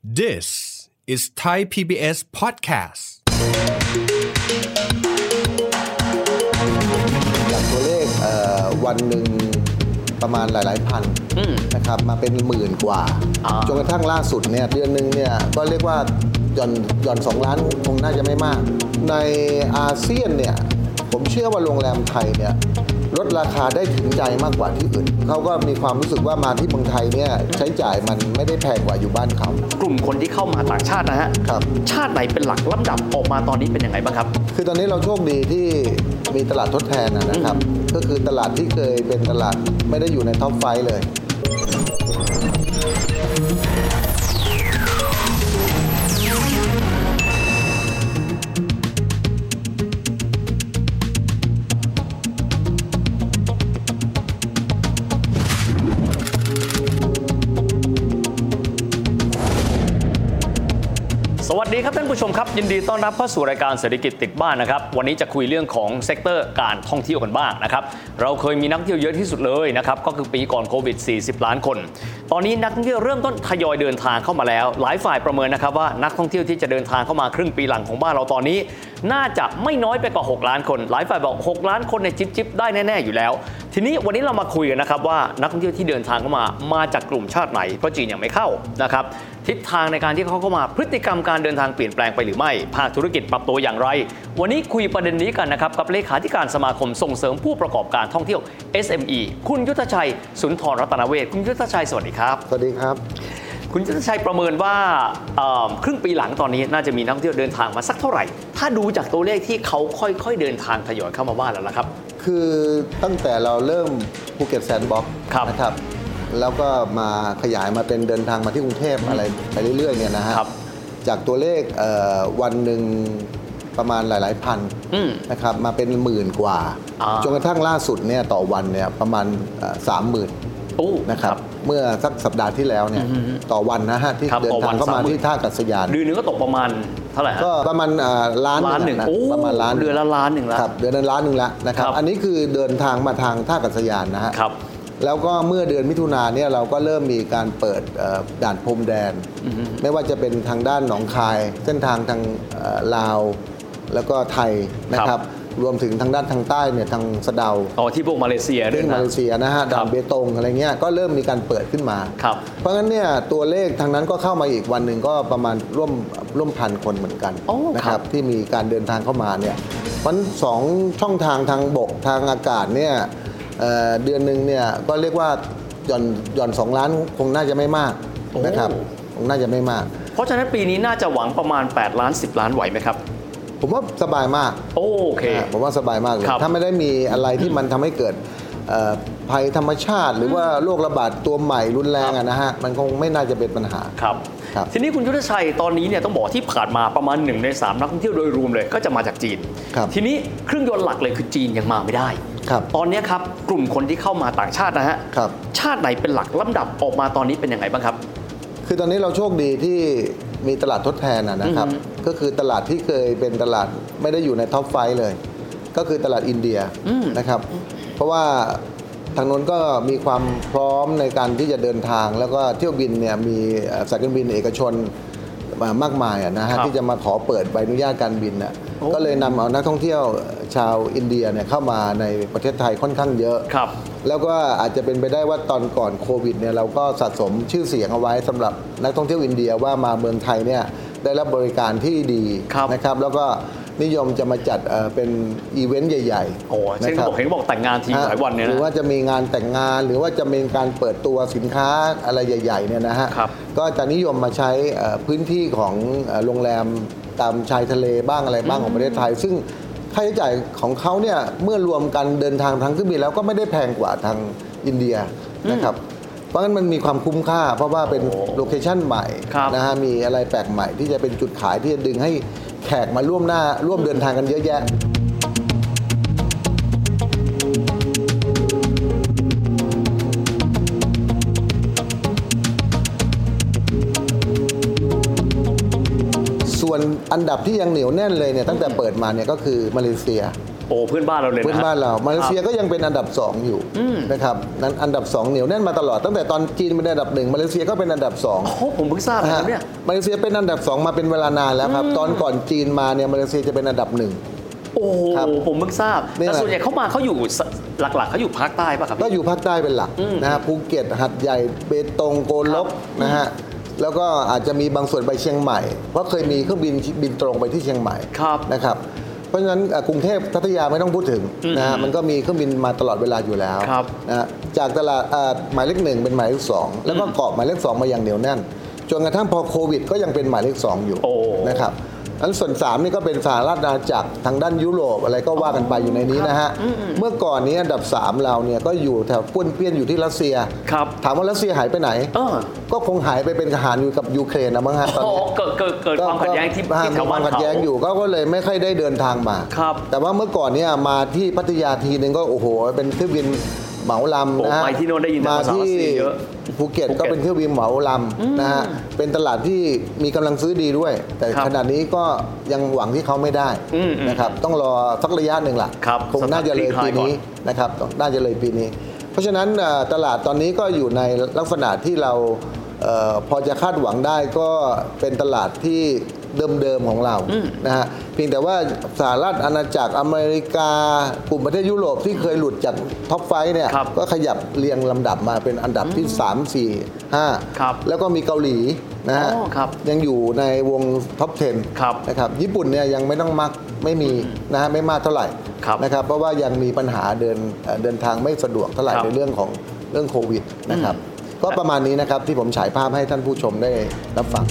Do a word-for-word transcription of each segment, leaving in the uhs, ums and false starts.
This is Thai พี บี เอส podcast จากตัวเลขวันหนึ่งประมาณหลายๆพันนะครับมาเป็นหมื่นกว่าจนกระทั่งล่าสุดเนี่ยเดือนหนึ่งเนี่ยก็เรียกว่าหย่อนหย่อนสองล้านคงน่าจะไม่มากในอาเซียนเนี่ยผมเชื่อว่าโรงแรมไทยเนี่ยลดราคาได้ถึงใจมากกว่าที่อื่นเขาก็มีความรู้สึกว่ามาที่เมืองไทยเนี่ยใช้จ่ายมันไม่ได้แพงกว่าอยู่บ้านเขากลุ่มคนที่เข้ามาต่างชาตินะฮะครับชาติไหนเป็นหลักลำดับออกมาตอนนี้เป็นยังไงบ้างครับคือตอนนี้เราโชคดีที่มีตลาดทดแทนนะครับก็คือตลาดที่เคยเป็นตลาดไม่ได้อยู่ในท็อปไฟว์เลยสวัสดีครับท่านผู้ชมครับยินดีต้อนรับเข้าสู่รายการเศรษฐกิจติดบ้านนะครับวันนี้จะคุยเรื่องของเซกเตอร์การท่องเที่ยวกันบ้างนะครับเราเคยมีนักท่องเที่ยวเยอะที่สุดเลยนะครับก็คือปีก่อนโควิดสี่สิบล้านคนตอนนี้นักท่องเที่ยวเริ่มต้นทยอยเดินทางเข้ามาแล้วหลายฝ่ายประเมินนะครับว่านักท่องเที่ยวที่จะเดินทางเข้ามาครึ่งปีหลังของบ้านเราตอนนี้น่าจะไม่น้อยไปกว่าหกล้านคนหลายฝ่ายบอกหกล้านคนในจิ๊บๆได้แน่ๆอยู่แล้วทีนี้วันนี้เรามาคุยกันนะครับว่านักท่องเที่ยวที่เดินทางเข้ามามาจากกลุ่มชาติไหนเพราะจีนยังไม่เข้านะครับทิศทางในการที่เขาเข้ามาพฤติกรรมการเดินทางเปลี่ยนแปลงไปหรือไม่ภาคธุรกิจปรับตัวอย่างไรวันนี้คุยประเด็นนี้กันนะครับกับเลขาธิการสมาคมส่งเสริมผู้ประกอบการท่องเที่ยว เอส เอ็ม อี คุณยุทธชัยสุนทรรัตนเวชคุณยุทธชัยสวัสดีครับสวัสดีครับคุณยุทธชัยประเมินว่าครึ่งปีหลังตอนนี้น่าจะมีนักท่องเที่ยวเดินทางมาสักเท่าไหร่ถ้าดูจากตัวเลขที่เขาค่อยๆเดินทางทยอยเข้ามาบ้านแล้วล่ะครับคือตั้งแต่เราเริ่มภูเก็ตแซนด์บ็อกซ์นะครับแล้วก็มาขยายมาเป็นเดินทางมาที่กรุงเทพอะไรไปเรื่อยๆเนี่ยนะฮะจากตัวเลขวันหนึ่งประมาณหลายๆพันนะครับมาเป็นหมื่นกว่าจนกระทั่งล่าสุดเนี่ยต่อวันเนี่ยประมาณสามหมื่นนะครับเมื่อสักสัปดาห์ที่แล้วเนี่ยต่อวันนะฮะที่เดินทางเข้ามาที่ท่ากัศยานเดือนนึงก็ตกประมาณเท่าไหร่ก็ประมาณล้านหนึ่งประมาณล้านเดือนละล้านหนึ่งแล้วครับเดือนละล้านหนึ่งแล้วนะครับอันนี้คือเดินทางมาทางท่ากัศยานนะฮะแล้วก็เมื่อเดือนมิถุนายนเนี่ยเราก็เริ่มมีการเปิดด่านพรมแดนไม่ว่าจะเป็นทางด้านหนองคายเส้นทางทางลาวแล้วก็ไทยนะครับรวมถึงทางด้านทางใต้เนี่ยทางสะเดาอ๋อที่พวกมาเลเซียด้วยนะมาเลเซียนะฮะด่านเบตงอะไรเงี้ยก็เริ่มมีการเปิดขึ้นมาเพราะงั้นเนี่ยตัวเลขทางนั้นก็เข้ามาอีกวันหนึ่งก็ประมาณร่วมร่วมพันคนเหมือนกันนะครับที่มีการเดินทางเข้ามาเนี่ยมันสองช่องทางทางบกทางอากาศเนี่ยเ, เดือนหนึ่งเนี่ยก็เรียกว่าหย่อนหย่อนสองล้านคงน่าจะไม่มากนะครับคงน่าจะไม่มากเพราะฉะนั้นปีนี้น่าจะหวังประมาณแปดล้านสิบล้านไหวไหมครับผมว่าสบายมากโอเคผมว่าสบายมากเลยถ้าไม่ได้มีอะไรที่มันทำให้เกิดภัยธรรมชาติหรือว่าโรคระบาดตัวใหม่รุนแรงนะฮะมันคงไม่น่าจะเป็นปัญหาครับทีนี้คุณยุทธชัยตอนนี้เนี่ยต้องบอกที่ผ่านมาประมาณหนึ่งในสามนักท่องเที่ยวโดยรวมเลยก็จะมาจากจีนทีนี้เครื่องยนต์หลักเลยคือจีนยังมาไม่ได้ตอนนี้ครับกลุ่มคนที่เข้ามาต่างชาตินะฮะชาติไหนเป็นหลักลำดับออกมาตอนนี้เป็นยังไงบ้างครับคือตอนนี้เราโชคดีที่มีตลาดทดแทนนะครับก็คือตลาดที่เคยเป็นตลาดไม่ได้อยู่ในท็อปไฟว์เลยก็คือตลาดอินเดียนะครับเพราะว่าทางโน้นก็มีความพร้อมในการที่จะเดินทางแล้วก็เที่ยวบินเนี่ยมีสายการบินเอกชนมากมายนะฮะที่จะมาขอเปิดใบอนุญาตการบินน่ะก็เลยนำเอานักท่องเที่ยวชาวอินเดียเนี่ยเข้ามาในประเทศไทยค่อนข้างเยอะแล้วก็อาจจะเป็นไปได้ว่าตอนก่อนโควิดเนี่ยเราก็สะสมชื่อเสียงเอาไว้สำหรับนักท่องเที่ยวอินเดียว่ามาเมืองไทยเนี่ยได้รับบริการที่ดีนะครับแล้วก็นิยมจะมาจัดเป็นอีเวนต์ใหญ่ๆโอ้เช่นบอกเห็นบอกแต่งงานทีหลายวันเนี่ยนะหรือว่าจะมีงานแต่งงานหรือว่าจะมีการเปิดตัวสินค้าอะไรใหญ่ๆเนี่ยนะฮะก็จะนิยมมาใช้พื้นที่ของโรงแรมตามชายทะเลบ้างอะไรบ้างของประเทศไทยซึ่งค่าใช้จ่ายของเขาเนี่ยเมื่อรวมกันเดินทางทางเครื่องบินแล้วก็ไม่ได้แพงกว่าทางอินเดียนะครับเพราะงั้นมันมีความคุ้มค่าเพราะว่าเป็นโลเคชั่นใหม่นะฮะมีอะไรแปลกใหม่ที่จะเป็นจุดขายที่จะดึงให้แขกมาร่วมหน้าร่วมเดินทางกันเยอะแยะส่วนอันดับที่ยังเหนียวแน่นเลยเนี่ยตั้งแต่เปิดมาเนี่ยก็คือมาเลเซียโอ้เพื่อนบ้านเราเลยนะเพื่อนบ้านเรามาเลเซียก็ยังเป็นอันดับสองอยู่นะครับนั้นอันดับสองเหนียวแน่นมาตลอดตั้งแต่ตอนจีนเป็นอันดับหนึ่งมาเลเซียก็เป็นอันดับสองโอ้ผมเพิ่งทราบนะครับเนี่ยมาเลเซียเป็นอันดับสองมาเป็นเวลานานแล้วครับตอนก่อนจีนมาเนี่ยมาเลเซียจะเป็นอันดับหนึ่งโอ้ผมเพิ่งทราบแต่ส่วนใหญ่เขามาเขาอยู่หลักๆเขาอยู่ภาคใต้ป่ะครับก็อยู่ภาคใต้เป็นหลักนะฮะภูเก็ตหัดใหญ่เบตงโกลกนะฮะแล้วก็อาจจะมีบางส่วนไปเชียงใหม่เพราะเคยมีเครื่องบินบินตรงไปที่เชียงใหม่นะครับเพราะฉะนั้นกรุงเทพพัทยาไม่ต้องพูดถึงนะฮะมันก็มีเครื่องบินมาตลอดเวลาอยู่แล้วนะจากตลาดหมายเลขหนึ่งเป็นหมายเลขสองแล้วก็เกาะหมายเลขสองมาอย่างเหนียวแน่นจนกระทั่งพอโควิดก็ยังเป็นหมายเลขสองอยู่นะครับอันส่วนสามนี่ก็เป็นสหรัฐอาณาจักรทางด้านยุโรปอะไรก็ว่ากันไปอยู่ในนี้นะฮะเมื่อก่อนนี้อันดับสามเราเนี่ยก็อยู่แถวป้วนเปี้ยนอยู่ที่รัสเซียถามว่ารัสเซียหายไปไหนก็คงหายไปเป็นทหารอยู่กับยูเครนนะมั้งฮะตอนนี้เกิดเกิดเกิดความขัดแย้งที่แถวบ้านเขาขัดแย้งอยู่ก็เลยไม่ค่อยได้เดินทางมาแต่ว่าเมื่อก่อนเนี่ยมาที่พัทยาทีนึงก็โอ้โหเป็นเครื่องบินเหมาลำนะฮะมาที่ภูเก็ตก็เป็นเครื่องบินเหมาลำนะฮะเป็นตลาดที่มีกำลังซื้อดีด้วยแต่ขณะนี้ก็ยังหวังที่เขาไม่ได้นะครับต้องรอสักระยะหนึ่งล่ะคงน่าจะเลยปีนี้นะครับน่าจะเลยปีนี้เพราะฉะนั้นตลาดตอนนี้ก็อยู่ในลักษณะที่เราพอจะคาดหวังได้ก็เป็นตลาดที่เดิมๆของเรานะฮะเพียงแต่ว่าสหรัฐอาณาจักรอเมริกากลุ่มประเทศยุโรปที่เคยหลุดจากท็อปไฟว์เนี่ยก็ขยับเรียงลำดับมาเป็นอันดับที่สาม สี่ ห้าแล้วก็มีเกาหลีนะฮะยังอยู่ในวงท็อปสิบนะครับญี่ปุ่นเนี่ยยังไม่ต้องมักไม่มีนะฮะไม่มากเท่าไหร่นะครับเพราะว่ายังมีปัญหาเดินเดินทางไม่สะดวกเท่าไหร่ในเรื่องของเรื่องโควิดนะครับก็ประมาณนี้นะครับที่ผมฉายภาพให้ท่านผู้ชมได้รับฟัง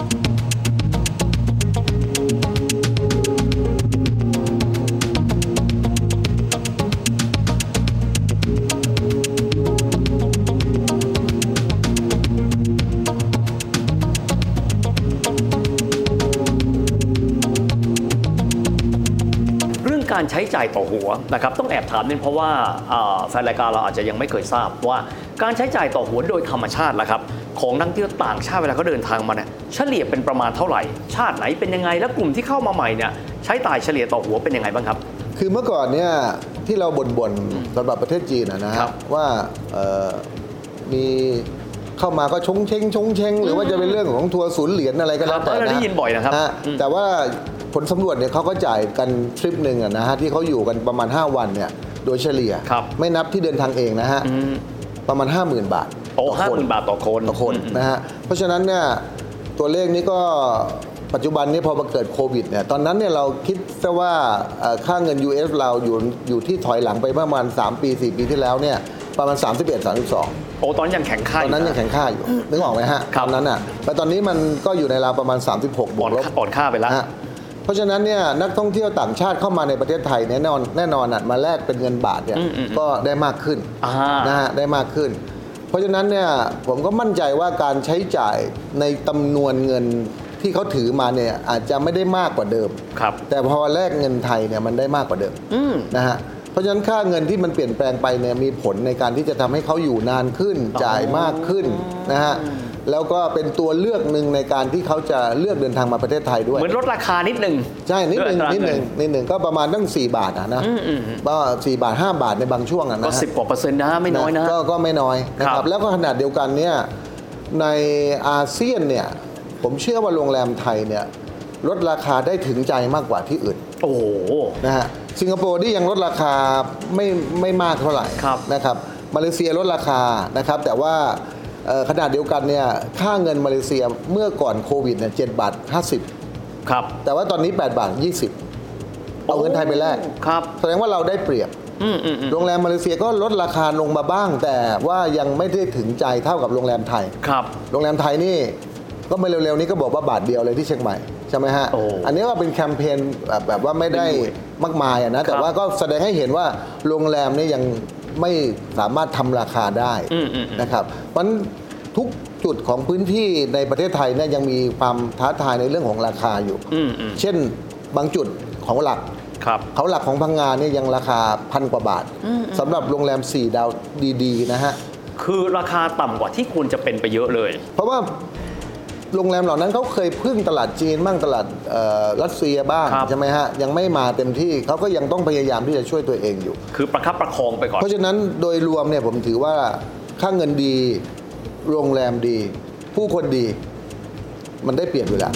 การใช้จ่ายต่อหัวนะครับต้องแอบถามนิดเพราะว่าแฟนรายการเราอาจจะยังไม่เคยทราบว่าการใช้จ่ายต่อหัวโดยธรรมชาติล่ะครับของนักท่องเที่ยวต่างชาติเวลาเขาเดินทางมาเนี่ยเฉลี่ยเป็นประมาณเท่าไหร่ชาติไหนเป็นยังไงและกลุ่มที่เข้ามาใหม่เนี่ยใช้จ่ายเฉลี่ยต่อหัวเป็นยังไงบ้างครับคือเมื่อก่อนเนี่ยที่เราบ่นๆสำหรับประเทศจีนนะฮะว่ามีเข้ามาก็ชงเชงชงเชงหรือว่าจะเป็นเรื่องของทัวร์ศูนย์เหรียญอะไรก็แล้วแต่นะได้ยินบ่อยนะครับแต่ว่าผลสำรวจเนี่ยเขาก็จ่ายกันทริปหนึ่งนะฮะที่เขาอยู่กันประมาณห้าวันเนี่ยโดยเฉลี่ยไม่นับที่เดินทางเองนะฮะประมาณ ห้าหมื่น บาทโอ้ห้าหมื่นบาทต่อคนต่อคนนะฮะเพราะฉะนั้นเนี่ยตัวเลขนี้ก็ปัจจุบันนี้พอมาเกิดโควิดเนี่ยตอนนั้นเนี่ยเราคิดซะว่าค่าเงิน ยู เอส เราอยู่อยู่ที่ถอยหลังไปประมาณสามปีสี่ปีที่แล้วเนี่ยประมาณสามสิบเอ็ด สามสิบสองโอ้ตอนนั้นยังแข็งค่าตอนนั้นยังแข็งค่าอยู่นึกออกไหมฮะตอนนั้นอ่ะแต่ตอนนี้มันก็อยู่ในราวประมาณสามสิบหกบวกลบอ่อนค่าไปแล้วเพราะฉะนั้นเนี่ยนักท่องเที่ยวต่างชาติเข้ามาในประเทศไทยแน่นอนแน่นอนอ่ะมาแลกเป็นเงินบาทเนี่ยก็ได้มากขึ้นนะฮะได้มากขึ้นเพราะฉะนั้นเนี่ยผมก็มั่นใจว่าการใช้จ่ายในจำนวนเงินที่เขาถือมาเนี่ยอาจจะไม่ได้มากกว่าเดิมแต่พอแลกเงินไทยเนี่ยมันได้มากกว่าเดิมนะฮะเพราะฉะนั้นค่าเงินที่มันเปลี่ยนแปลงไปเนี่ยมีผลในการที่จะทำให้เขาอยู่นานขึ้นจ่ายมากขึ้นนะฮะแล้วก็เป็นตัวเลือกหนึ่งในการที่เขาจะเลือกเดินทางมาประเทศไทยด้วยเหมือนลดราคานิดหนึ่งใช่นิดหนึ่งนิดหนึ่งนิดหนึ่งก็ประมาณตั้งสี่บาทนะก็สี่บาทห้าบาทในบางช่วงนะก็สิบกว่าเปอร์เซ็นต์นะไม่น้อยนะก็ก็ไม่น้อยนะครับแล้วก็ขนาดเดียวกันเนี่ยในอาเซียนเนี่ยผมเชื่อว่าโรงแรมไทยเนี่ยลดราคาได้ถึงใจมากกว่าที่อื่นโอ้โหนะฮะสิงคโปร์ที่ยังลดราคาไม่ไม่มากเท่าไหร่นะครับมาเลเซียลดราคานะครับแต่ว่าขนาดเดียวกันเนี่ยค่าเงินมาเลเซียเมื่อก่อนโควิดเนี่ยเจ็ดบาทห้าสิบครับแต่ว่าตอนนี้แปดบาทยี่สิบเอาเงินไทยไปแลกครับแสดงว่าเราได้เปรียบโรงแรมมาเลเซียก็ลดราคาลงมาบ้างแต่ว่ายังไม่ได้ถึงใจเท่ากับโรงแรมไทยครับโรงแรมไทยนี่ก็ไม่เร็วๆนี้ก็บอกว่าบาทเดียวเลยที่เชียงใหม่ใช่ไหมฮะ อ, อันนี้ก็เป็นแคมเปญแบบแบบว่าไม่ได้มากมายนะแต่ว่าก็แสดงให้เห็นว่าโรงแรมนี่ยังไม่สามารถทำราคาได้นะครับเพราะทุกจุดของพื้นที่ในประเทศไทยเนี่ยยังมีความท้าทายในเรื่องของราคาอยู่เช่นบางจุดของหลักเขาหลักของพังงานเนี่ยยังราคาพันกว่าบาทสำหรับโรงแรมสี่ดาวดีๆนะฮะคือราคาต่ำกว่าที่ควรจะเป็นไปเยอะเลยเพราะว่าโรงแรมเหล่านั้นเขาเคยพึ่งตลาดจีนบ้างตลาดรัสเซียบ้างใช่ไหมฮะยังไม่มาเต็มที่เขาก็ยังต้องพยายามที่จะช่วยตัวเองอยู่คือประคับประคองไปก่อนเพราะฉะนั้นโดยรวมเนี่ยผมถือว่าค่าเงินดีโรงแรมดีผู้คนดีมันได้เปรียบอยู่แล้ว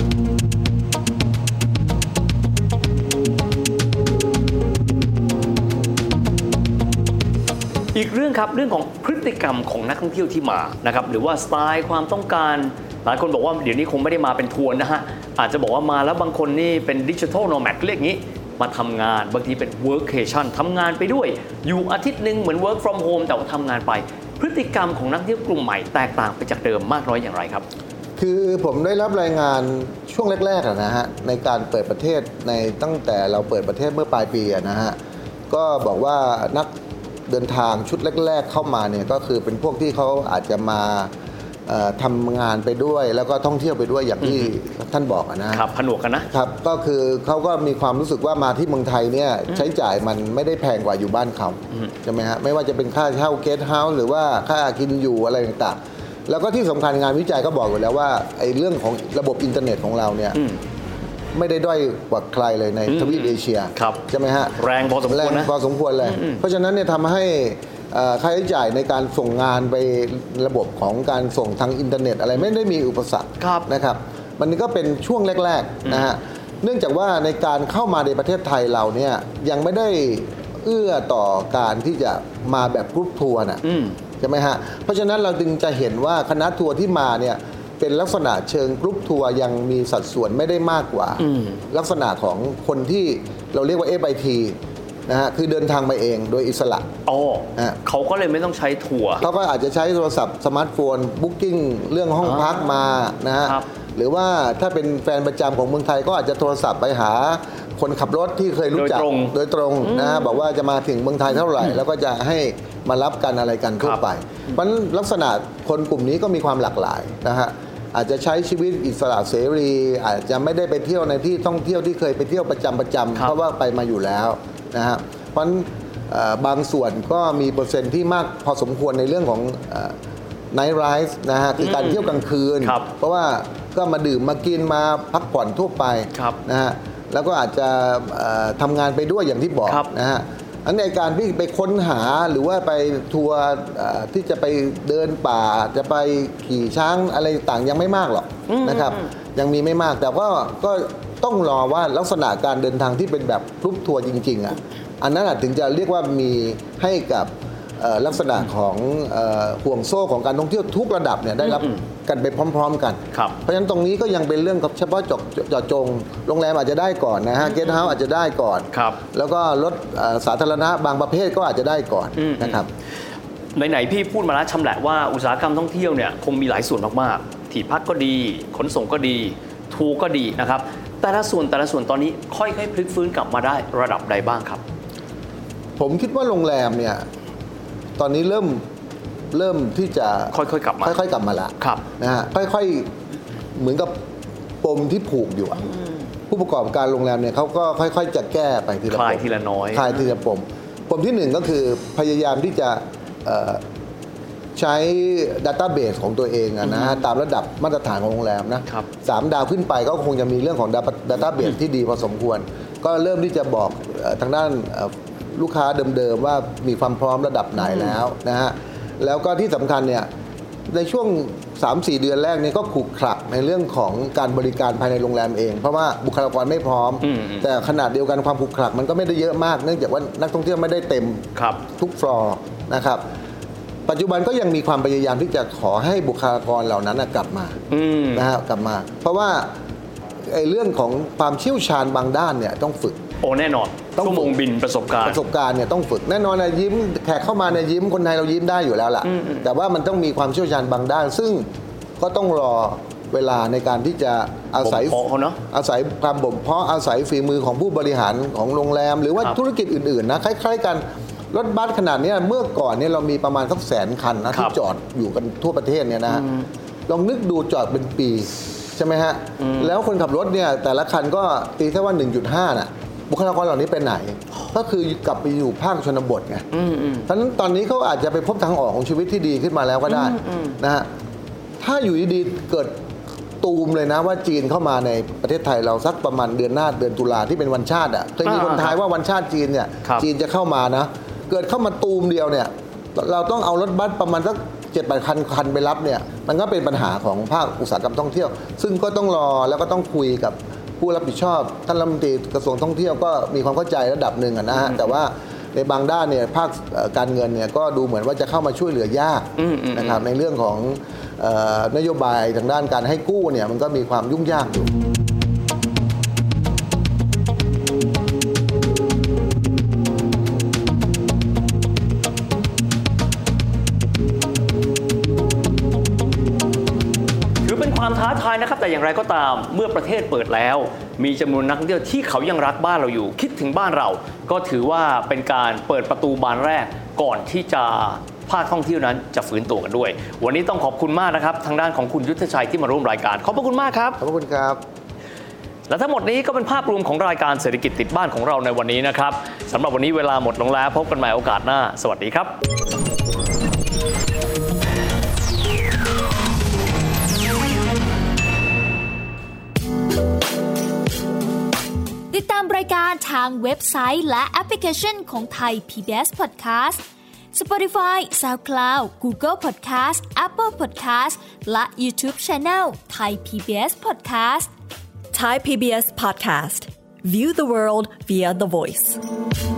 อีกเรื่องครับเรื่องของพฤติกรรมของนักท่องเที่ยวที่มานะครับหรือว่าสไตล์ความต้องการหลายคนบอกว่าเดี๋ยวนี้คงไม่ได้มาเป็นทัวร์นะฮะอาจจะบอกว่ามาแล้วบางคนนี่เป็นดิจิทัลโนแมดเรียกงี้มาทำงานบางทีเป็น workation ทำงานไปด้วยอยู่อาทิตย์หนึ่งเหมือน work from home แต่ว่าทำงานไปพฤติกรรมของนักท่องเที่ยวกลุ่มใหม่แตกต่างไปจากเดิมมากน้อยอย่างไรครับคือผมได้รับรายงานช่วงแรกๆนะฮะในการเปิดประเทศในตั้งแต่เราเปิดประเทศเมื่อปลายปีนะฮะก็บอกว่านักเดินทางชุดแรกๆเข้ามาเนี่ยก็คือเป็นพวกที่เขาอาจจะมาทำงานไปด้วยแล้วก็ท่องเที่ยวไปด้วยอย่างที่ท่านบอกนะครับผนวกกันนะครับก็คือเขาก็มีความรู้สึกว่ามาที่เมืองไทยเนี่ยใช้จ่ายมันไม่ได้แพงกว่าอยู่บ้านเขาใช่ไหมฮะไม่ว่าจะเป็นค่าเช่าเกสต์เฮาส์หรือว่าค่ากินอยู่อะไรต่างๆแล้วก็ที่สำคัญงานวิจัยก็บอกอยู่แล้วว่าไอ้เรื่องของระบบอินเทอร์เน็ตของเราเนี่ยไม่ได้ด้อยกว่าใครเลยในทวีปเอเชียใช่ไหมฮะแรงพอสมควรนะพอสมควรเลยเพราะฉะนั้นเนี่ยทำให้ค่าใช้จ่ายในการส่งงานไประบบของการส่งทางอินเทอร์เน็ตอะไรไม่ได้มีอุปสรรคนะครับมันก็เป็นช่วงแรกๆนะฮะเนื่องจากว่าในการเข้ามาในประเทศไทยเราเนี่ยยังไม่ได้เอื้อต่อการที่จะมาแบบกรุ๊ปทัวร์นะใช่ไหมฮะเพราะฉะนั้นเราจึงจะเห็นว่าคณะทัวร์ที่มาเนี่ยเป็นลักษณะเชิงกรุ๊ปทัวร์ยังมีสัดส่วนไม่ได้มากกว่าลักษณะของคนที่เราเรียกว่า เอฟ ไอ ที นะฮะคือเดินทางมาเองโดยอิสระอ๋อเขาก็เลยไม่ต้องใช้ทัวร์เขาก็อาจจะใช้โทรศัพท์สมาร์ทโฟนบุ๊กิ้งเรื่องห้องพักมานะฮะหรือว่าถ้าเป็นแฟนประจำของเมืองไทยก็อาจจะโทรศัพท์ไปหาคนขับรถที่เคยรู้จักโดยตรงนะฮะบอกว่าจะมาถึงเมืองไทยเท่าไหร่แล้วก็จะให้มารับกันอะไรกันทั่วไปเพราะลักษณะคนกลุ่มนี้ก็มีความหลากหลายนะฮะอาจจะใช้ชีวิตอิสระเสรีอาจจะไม่ได้ไปเที่ยวในที่ท่องเที่ยวที่เคยไปเที่ยวประจำประจำเพราะว่าไปมาอยู่แล้วนะฮะเพราะบางส่วนก็มีเปอร์เซ็นต์ที่มากพอสมควรในเรื่องของไนท์ไรส์นะฮะคือการเที่ยวกลางคืนเพราะว่าก็มาดื่มมากินมาพักผ่อนทั่วไปนะฮะแล้วก็อาจจะทำงานไปด้วยอย่างที่บอกนะฮะอันในการที่ไปค้นหาหรือว่าไปทัวร์ที่จะไปเดินป่าจะไปขี่ช้างอะไรต่างยังไม่มากหรอกนะครับยังมีไม่มากแต่ก็ก็ต้องรอว่าลักษณะการเดินทางที่เป็นแบบกรุ๊ปทัวร์จริงๆอ่ะอันนั้นถึงจะเรียกว่ามีให้กับลักษณะของห่วงโซ่ของการท่องเที่ยวทุกระดับเนี่ยได้รับกันไปพร้อมๆกันเพราะฉะนั้นตรงนี้ก็ยังเป็นเรื่องเฉพาะเจาะจงโรงแรมอาจจะได้ก่อนนะฮะเกสต์เฮาส์อาจจะได้ก่อนแล้วก็รถสาธารณะบางประเภทก็อาจจะได้ก่อนนะครับไหนๆพี่พูดมาแล้วชำแหละว่าอุตสาหกรรมท่องเที่ยวเนี่ยคงมีหลายส่วนมากๆที่พักก็ดีขนส่งก็ดีทัวร์ก็ดีนะครับแต่ละส่วนแต่ละส่วนตอนนี้ค่อยๆพลิกฟื้นกลับมาได้ระดับใดบ้างครับผมคิดว่าโรงแรมเนี่ยตอนนี้เริ่มเริ่มที่จะค่อยๆกลับมาค่อยๆกลับมาแล้วนะฮะค่อยๆเหมือนกับปมที่ผูกอยู่ผู้ประกอบการโรงแรมเนี่ยเขาก็ค่อยๆจะแก้ไปทีละปมคลายทีละน้อยคลายทีละปมปมที่หนึ่งก็คือพยายามที่จะใช้ Database ของตัวเองนะฮะตามระดับมาตรฐานของโรงแรมนะสามดาวขึ้นไปก็คงจะมีเรื่องของ Database ที่ดีพอสมควรก็เริ่มที่จะบอกทางด้านลูกค้าเดิมๆว่ามีความพร้อมระดับไหนแล้วนะฮะแล้วก็ที่สำคัญเนี่ยในช่วง สามสี่ เดือนแรกนี้ก็ขรุขระในเรื่องของการบริการภายในโรงแรมเองเพราะว่าบุคลากรไม่พร้อมแต่ขนาดเดียวกันความขรุขระมันก็ไม่ได้เยอะมากเนื่องจากว่านักท่องเที่ยวไม่ได้เต็มทุกฟลอร์นะครับปัจจุบันก็ยังมีความพยายามที่จะขอให้บุคลากรเหล่านั้นกลับมานะฮะกลับมาเพราะว่าไอ้เรื่องของความเชี่ยวชาญบางด้านเนี่ยต้องฝึกโอ้แน่นอนชั่วโมงบินประสบการณ์ประสบการณ์เนี่ยต้องฝึกแน่นอนนะยิ้มแขกเข้ามาเนี่ยยิ้มคนไทยเรายิ้มได้อยู่แล้วล่ะแต่ว่ามันต้องมีความเชี่ยวชาญบางด้านซึ่งก็ต้องรอเวลาในการที่จะอาศัยอาศัยความบ่มเพาะอาศัยฝีมือของผู้บริหารของโรงแรมหรือว่าธุรกิจอื่นๆนะคล้ายๆกันรถบัสขนาดนี้เมื่อก่อนเนี่ยเรามีประมาณสักแสนคันนะที่จอดอยู่กันทั่วประเทศเนี่ยนะลองนึกดูจอดเป็นปีใช่ไหมฮะแล้วคนขับรถเนี่ยแต่ละคันก็ตีแค่ว่า หนึ่งจุดห้า น่ะบุคลากรเหล่านี้ไปไหนก็คือกลับไปอยู่ภาคชนบทไงเพราะฉะนั้นตอนนี้เขาอาจจะไปพบทางออกของชีวิตที่ดีขึ้นมาแล้วก็ได้นะฮะถ้าอยู่ดีๆเกิดตูมเลยนะว่าจีนเข้ามาในประเทศไทยเราสักประมาณเดือนหน้าเดือนตุลาที่เป็นวันชาติอ่ะเคยมีคนทายว่าวันชาติจีนเนี่ยจีนจะเข้ามานะเกิดเข้ามาตูมเดียวเนี่ยเราต้องเอารถบัสประมาณสักเจ็ดแปดคันคันไปรับเนี่ยมันก็เป็นปัญหาของภาคอุตสาหกรรมท่องเที่ยวซึ่งก็ต้องรอแล้วก็ต้องคุยกับผู้รับผิดชอบท่านรัฐมนตรีกระทรวงท่องเที่ยวก็มีความเข้าใจระดับหนึ่งนะฮะแต่ว่าในบางด้านเนี่ยภาคการเงินเนี่ยก็ดูเหมือนว่าจะเข้ามาช่วยเหลือยากนะครับในเรื่องของนโยบายทางด้านการให้กู้เนี่ยมันก็มีความยุ่งยากอยู่ความท้าทายนะครับแต่อย่างไรก็ตามเมื่อประเทศเปิดแล้วมีจำนวนนักท่องเที่ยวที่เขายังรักบ้านเราอยู่คิดถึงบ้านเราก็ถือว่าเป็นการเปิดประตูบานแรกก่อนที่จะภาคท่องเที่ยวนั้นจะฟื้นตัวกันด้วยวันนี้ต้องขอบคุณมากนะครับทางด้านของคุณยุทธชัยที่มาร่วมรายการขอบพระคุณมากครับขอบคุณครับและทั้งหมดนี้ก็เป็นภาพรวมของรายการเศรษฐกิจติดบ้านของเราในวันนี้นะครับสำหรับวันนี้เวลาหมดลงแล้วพบกันใหม่โอกาสหน้าสวัสดีครับติดตามรายการทางเว็บไซต์และแอปพลิเคชันของไทย พี บี เอส Podcast Spotify, SoundCloud, Google Podcast, Apple Podcast และ YouTube Channel Thai พี บี เอส Podcast Thai พี บี เอส Podcast View the world via the voice